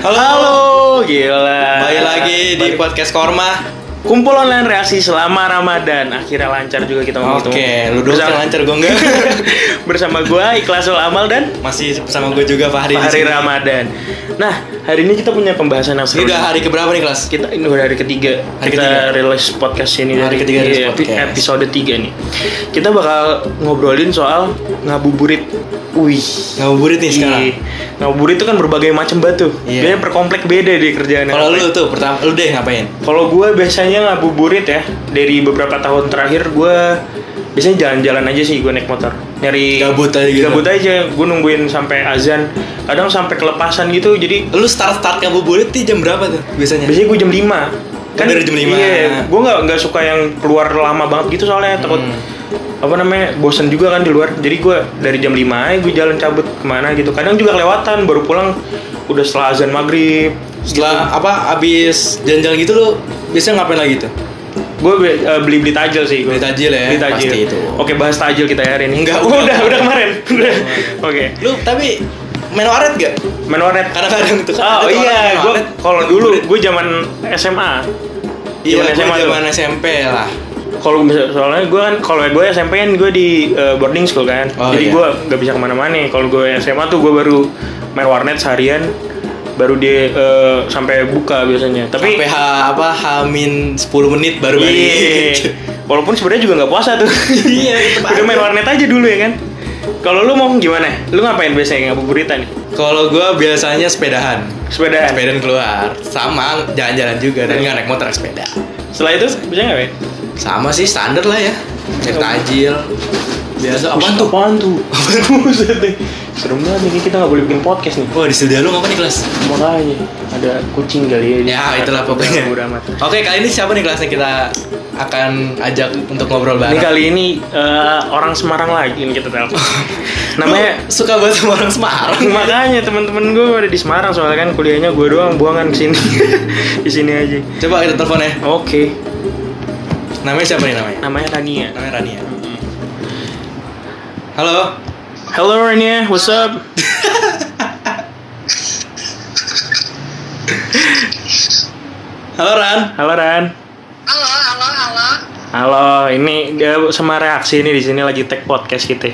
Halo, gila. Balik lagi di podcast Korma. Kumpul online reaksi selama Ramadan. Akhirnya lancar juga kita ngomong. Oke, lu doang yang lancar, gue enggak. Bersama gue Ikhlasul Amal dan masih bersama gue juga Fahri Ramadan. Nah, hari ini kita punya pembahasan yang seru. Ini udah hari keberapa nih, kelas? Kita ini udah hari ketiga. Kita rilis podcast ini hari ketiga episode 3 nih. Kita bakal ngobrolin soal ngabuburit. Wih, ngabuburit nih sekarang. Ngabuburit itu kan berbagai macam batu. Dia per komplek beda di kerjaan. Kalau lu tuh pertama lu deh ngapain? Kalau gue biasanya ngabuburit ya. Dari beberapa tahun terakhir gue biasanya jalan-jalan aja sih, gue naik motor. Nyari gabut aja gitu. Gabut aja, gue nungguin sampai azan. Kadang sampai kelepasan gitu. Jadi lu start ngabuburit di jam berapa tuh biasanya? Biasanya gue jam 5. Kan dari jam 5. Iya, gue enggak suka yang keluar lama banget gitu soalnya takut bosan juga kan di luar. Jadi gue dari jam 5 aja gue jalan cabut kemana gitu. Kadang juga kelewatan, baru pulang udah setelah azan maghrib. Setelah gitu. Abis jalan-jalan gitu lu biasanya ngapain lagi tuh? Gue beli tajil sih. Beli tajil ya. Beli tajil. Pasti itu. Oke, bahas tajil kita hari ini. Enggak. Udah kemarin. Oke. Lu tapi main waret gak? Main waret. Kadang-kadang tuh. Oh iya, gue kalau dulu gue zaman SMA. Iya, zaman SMP lah. Kalau soalnya gue kan, kalau gue SMP kan gue di boarding school kan, jadi gue nggak bisa kemana-mana. Kalau gue SMA tuh gue baru main warnet seharian, baru dia sampai buka biasanya. Tapi sampai H-10 menit baru balik. Walaupun sebenarnya juga nggak puasa tuh. Iya. Udah main warnet aja dulu ya kan. Kalau lu mau gimana? Lu ngapain biasanya ngabuburitan nih? Kalau gue biasanya sepedahan keluar, sama jalan-jalan juga, dan nggak naik motor, sepeda. Setelah itu biasanya ngapain? Sama sih, standar lah ya. Cek tajil. Biasa. Apaan tuh? Serem banget nih, kita nggak boleh bikin podcast nih. Wah, di studio lu ngapain nih, kelas? Makanya ada kucing kali ya. Ya itulah pokoknya. Oke, kali ini siapa nih kelasnya kita akan ajak untuk ngobrol bareng? Ini kali ini orang Semarang lagi nih kita telepon. Namanya suka banget sama orang Semarang. Makanya teman-teman gue ada di Semarang, soalnya kan kuliahnya gue doang buangan kesini. Di sini aja. Coba kita telepon ya. Oke. Namanya siapa nih namanya? Namanya Rania. Halo. Halo Rania, what's up? Halo Ran. Halo, ini dia sama reaksi nih di sini lagi tag podcast kita.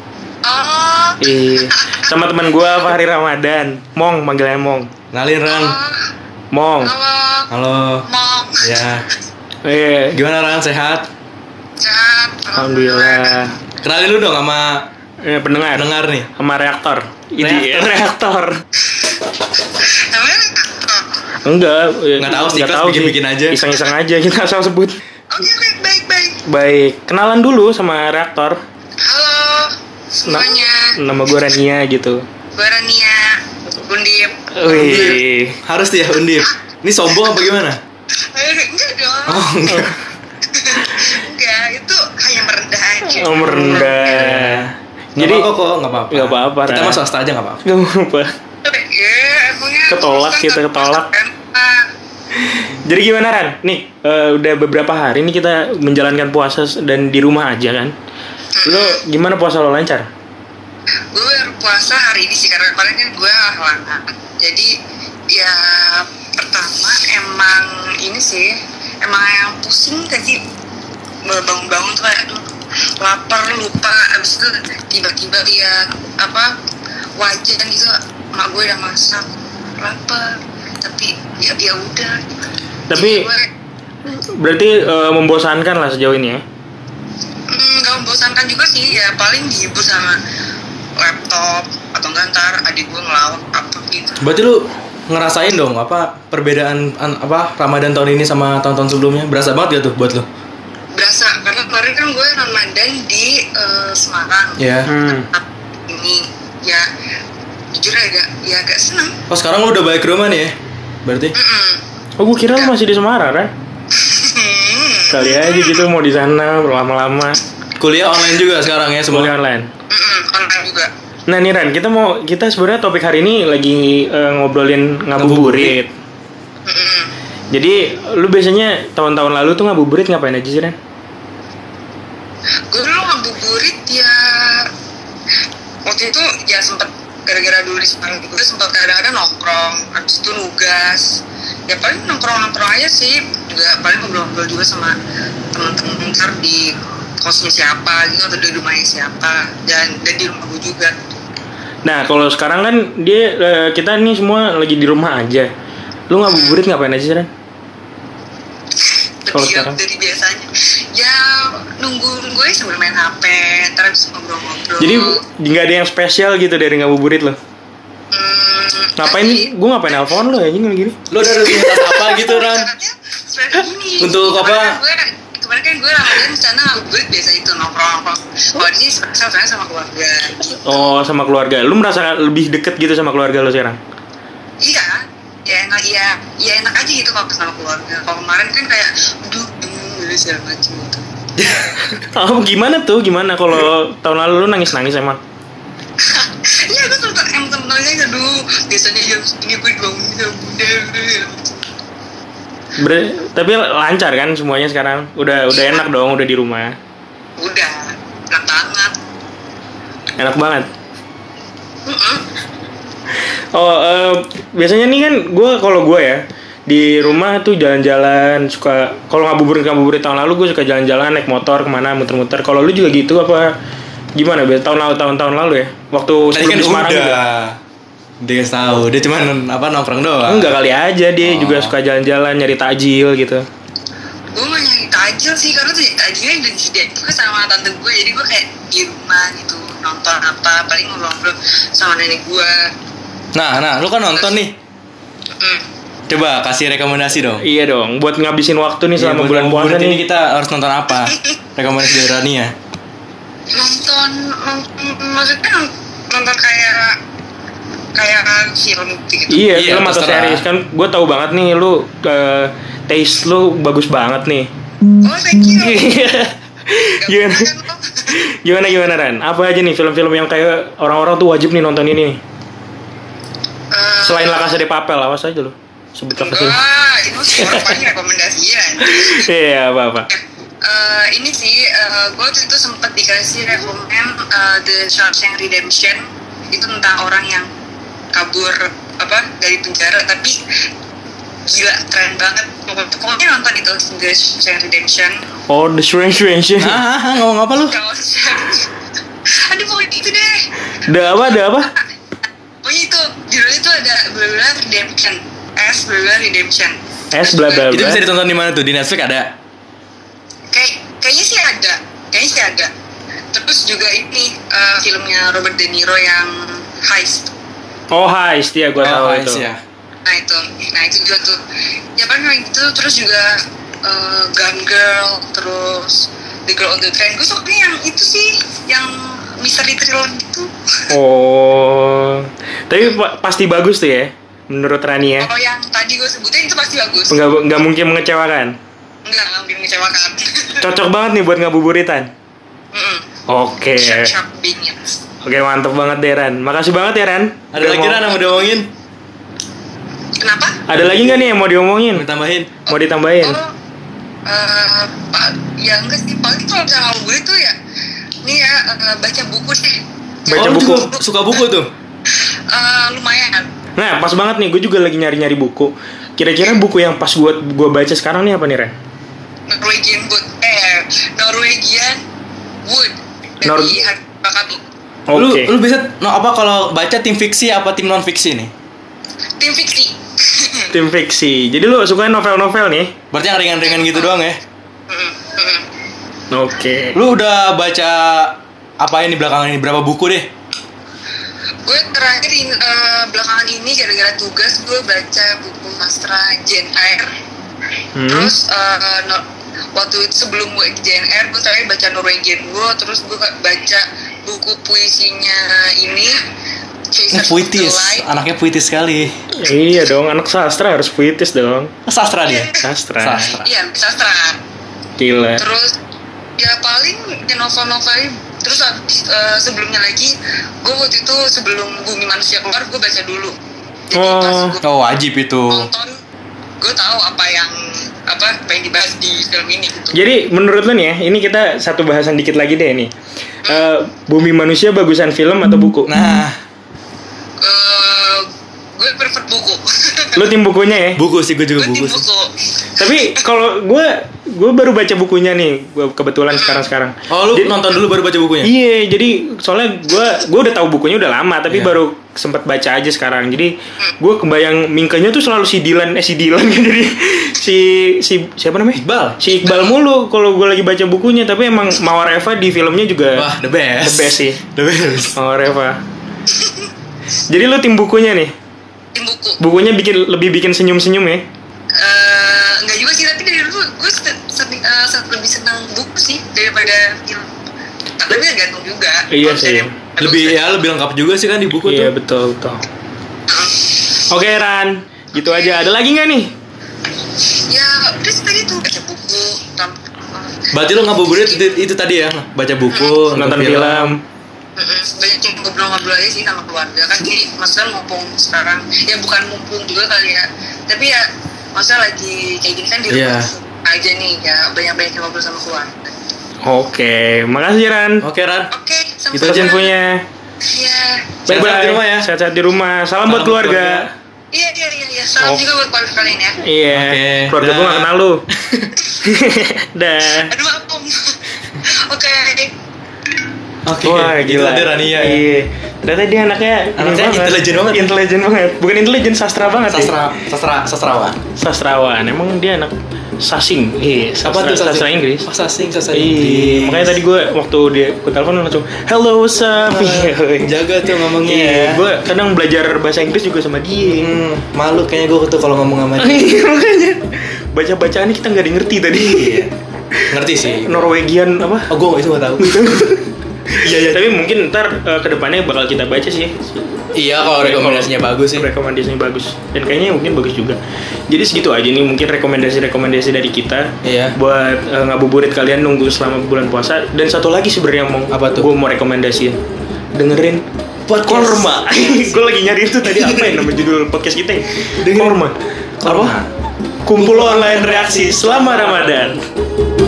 Sama teman gue Fahri Ramadan. Mong, manggilnya Mong. Nalin Ran. Mong. Halo. Mong. Ya. Gimana Ran, sehat? Sehat. Alhamdulillah. Kenalin lu dong sama pendengar nih. Sama reaktor. Reaktor. Namanya reaktor. Enggak tahu sih, bikin aja. Iseng-iseng aja kita asal sebut. Oke, baik. Baik, kenalan dulu sama reaktor. Halo semuanya. Nama gue Rania gitu. Gue Rania. Undip. Wih, harus ya Undip. Ini sombong apa gimana? Enggak dong. Oh, enggak. Enggak, itu hanya merendah aja. Oh, merendah. Jadi nggak apa-apa. Kita Ran. masuk swasta aja nggak apa-apa. Nggak apa-apa. Emangnya Ketolak. Jadi gimana Ran? Nih, udah beberapa hari nih kita menjalankan puasa dan di rumah aja kan. Lo gimana puasa lo, lancar? Gue baru puasa hari ini sih, karena kemarin kan gue halangan. Jadi ya pertama emang ini sih, emang yang pusing kan sih, bangun-bangun tuh kayak aduh lapar, lupa, abis itu tiba-tiba lihat wajan gitu, mak gue udah masak, lapar, tapi ya udah. Tapi berarti membosankan lah sejauh ini ya? Gak membosankan juga sih, ya paling dihibur sama laptop atau ntar adik gue ngelawak apa gitu. Berarti lu ngerasain dong perbedaan Ramadan tahun ini sama tahun-tahun sebelumnya? Berasa banget gak tuh buat lu? Berasa, karena kemarin kan gue Ramadan di Semarang. Iya. Ini ya jujur agak senang. Oh, sekarang lu udah balik ke rumah nih ya? Berarti? Oh, gue kira lu masih di Semarang kan? Kali aja gitu mau di sana berlama-lama. Kuliah online juga sekarang ya semua? Kuliah online. Online juga. Nah nih Ran, kita sebenarnya topik hari ini lagi ngobrolin ngabuburit. Jadi lu biasanya tahun-tahun lalu tuh ngabuburit ngapain aja sih Ran? Gue dulu ngabuburit ya waktu itu ya sempet gara-gara dulu di Semarang gue sempat kadang-kadang nongkrong, habis itu nugas. Ya paling nongkrong aja sih, juga paling ngobrol-ngobrol juga sama teman-teman ntar di kosnya siapa gitu atau di rumahnya siapa, dan di rumah gue juga. Nah kalau sekarang kan kita nih semua lagi di rumah aja. Lu ngabuburit ngapain aja sih, Ran? Kalau sekarang dari biasanya ya nungguin gue sambil main HP, terus ngobrol-ngobrol. jadi nggak ada yang spesial gitu dari ngabuburit lo? Ngapain? Gue ngapain nelfon lo ya gini? Lo ada rutinitas apa gitu, Ran? Untuk apa? Kemarin kan gue Ramadan di sana ngabuburit biasa itu nongkrong. Kalau di sini spesial sama keluarga. Oh sama keluarga. Lu merasa lebih deket gitu sama keluarga lo sekarang? Iya. Ya enak aja gitu kalau sama keluarga. Kalau kemarin kan kayak segala macam gitu. Oh gimana kalau tahun lalu lu nangis emang? Iya gue temen-temennya biasanya jam segini gue bangun jam bunda. Tapi lancar kan semuanya sekarang? Udah enak dong, udah di rumah. Udah enak banget. Enak banget. Biasanya nih kan kalau gue ya di rumah tuh jalan-jalan, suka kalau ngabuburit tahun lalu gue suka jalan-jalan naik motor kemana muter-muter. Kalau lu juga gitu apa gimana? Tahun lalu ya waktu sebelum di Semarang juga. Dia tahu dia cuma nongkrong doang. Enggak kali aja dia juga suka jalan-jalan nyari takjil gitu. Gue gak nyari takjil sih, karena tuh takjilnya udah disediain juga sama tante gue, jadi gue kayak di rumah gitu nonton apa, paling ngobrol-ngobrol sama nenek gue. Nah, lu kan nonton nih. Coba kasih rekomendasi dong. Iya dong, buat ngabisin waktu nih selama bulan puasa nih. Ini kita harus nonton apa? Rekomendasi dari Rani ya. Maksudnya nonton kayak film gitu. Iya, film atau series kan. Gue tahu banget nih lu taste lu bagus banget nih. Oh, thank you. Gimana Ran? Apa aja nih film-film yang kayak orang-orang tuh wajib nih nonton ini? Selain La Casa de Papel, awas aja lo. Sebut La Casa. Itu sih orang paling rekomendasian. Iya, apa? Ini sih, gue waktu itu sempat dikasih rekomen The Shawshank Redemption. Itu tentang orang yang kabur dari penjara, tapi gila keren banget. Pokoknya nonton itu The Shawshank Redemption. Oh, The Shawshank Redemption. Ngomong apa lu? Aduh, pokoknya itu deh. Ada apa? Pokoknya itu judulnya itu ada bla Redemption. Redemption. Bla. Itu bisa ditonton di mana tuh? Di Netflix ada? Kayaknya sih ada. Terus juga ini filmnya Robert De Niro yang Heist. Oh, Heist ya, gue tahu itu. Ya. Nah itu juga tuh. Ya kan itu terus juga Gone Girl, terus The Girl on the Train. Gue suka yang itu sih, yang mystery thriller gitu. Oh, tapi pasti bagus tuh ya, menurut Rani ya. Kalau yang tadi gue sebutin itu pasti bagus. Nggak mungkin mengecewakan. Nggak mungkin mengecewakan. Cocok banget nih buat ngabuburitan. Oke. Sharp bingit. Oke, mantep banget deh Ran. Makasih banget ya Ran. Ada lagi Ran yang mau diomongin? Kenapa? Ada lagi nggak nih yang mau diomongin? Mau ditambahin? Ya enggak sih. Paling kalau misalnya ngabuburit tuh ya, ini ya baca buku deh. Baca buku. Suka buku tuh? Lumayan. Nah, pas banget nih. Gue juga lagi nyari-nyari buku. Kira-kira buku yang pas gue baca sekarang nih apa nih Ran? Norwegian Wood dari Hakami. Oke. Lu bisa kalau baca tim fiksi apa tim non fiksi nih? Tim fiksi. Tim fiksi. Jadi lu suka novel-novel nih? Berarti yang ringan-ringan gitu doang ya? Oke. Lu udah baca apa ini belakangan ini? Berapa buku deh? Gue terakhir belakangan ini gara-gara tugas gue baca buku sastra Jane Eyre. Terus waktu itu sebelum gue ke Jane Eyre gue terakhir baca Norwegian Wood. Terus gue baca buku puisinya ini puitis, anaknya puitis sekali. Iya dong, anak sastra harus puitis dong. Sastra dia? Sastra. Iya, sastra. Gila. Terus ya paling novel-novel. Terus sebelumnya lagi gue waktu itu sebelum Bumi Manusia keluar gue baca dulu. Jadi pas gue wajib itu nonton, gue tahu apa yang dibahas di film ini gitu. Jadi menurut lo nih ya, ini kita satu bahasan dikit lagi deh nih. Bumi Manusia bagusan film atau buku? Gue prefer buku. Lu tim bukunya ya? Buku sih, gue juga Gue tim buku sih. buku. Tapi kalau gue baru baca bukunya nih, gua kebetulan sekarang. Oh, lu nonton dulu baru baca bukunya? Iya, jadi soalnya gue udah tahu bukunya udah lama, tapi Iya. baru sempat baca aja sekarang. Jadi gue kebayang Mingkenya tuh selalu si Dilan kan jadi si siapa namanya? Iqbal. Si Iqbal mulu kalau gue lagi baca bukunya, tapi emang Mawar Eva di filmnya juga Wah, the best. the best sih. The best. Mawar Eva. Jadi lu tim bukunya nih. Tim buku. Bukunya lebih bikin senyum-senyum ya. Enggak juga sih, tapi dari dulu gue lebih senang buku sih daripada film. Tapi tergantung juga. Iya Kalau sih. misalnya- Lebih lengkap juga sih kan di buku Iya, tuh. betul. Oke, Ran. Gitu aja. Ada lagi nggak nih? Ya udah sih tadi tuh baca buku, Berarti lu ngabuburit itu tadi ya, baca buku, Nonton film. banyak ngobrol-ngobrol aja sih sama keluarga kan. Jadi maksudnya mumpung sekarang, ya bukan mumpung juga kali ya, tapi ya maksudnya lagi kayak gini kan di Iya. rumah aja nih, ya banyak-banyak ngobrol sama keluarga. Oke, makasih Ran. Oke, Ran. Oke, Gitu Atas aja infonya. Iya. Sehat-sehat di rumah ya. Sehat-sehat di rumah. Salam buat Salam keluarga. Iya. Salam Oh. juga buat keluarga kalian ya. Iya. Oke, Keluarga gue dah. gak kenal lu. Dah. Aduh, Om. Oke. Oke. Wah, gitu gila. ada Rania ya. Iya. Ternyata dia anaknya Anaknya intelijen banget. Bukan intelijen, sastra banget. ya. Sastrawan. Sastrawan. Emang dia anak sasing. Iya, sastra Inggris. Oh, sasing Iya, Inggris. makanya tadi gue waktu dia gue telepon langsung hello what's up. Jaga tuh ngomongnya ya. Iya, gue kadang belajar bahasa Inggris juga sama dia. Malu kayaknya gue tuh kalau ngomong sama dia. Iya, makanya baca-bacaannya kita nggak ngerti tadi. Ngerti sih. Norwegian apa? Oh, gue itu gak tahu. Iya. Tapi mungkin ntar kedepannya bakal kita baca sih. Iya, kalau rekomendasinya bagus sih. Rekomendasinya bagus. Dan kayaknya mungkin bagus juga. Jadi segitu aja nih mungkin rekomendasi dari kita. Iya. Buat ngabuburit kalian nunggu selama bulan puasa. Dan satu lagi sebenarnya mau Apa tuh? gue mau rekomendasiin. Dengerin Podcast. Korma. Gue lagi nyari itu tadi apa ya nama judul podcast kita? Dengerin. Korma. Apa? Kumpul online reaksi selama Ramadan.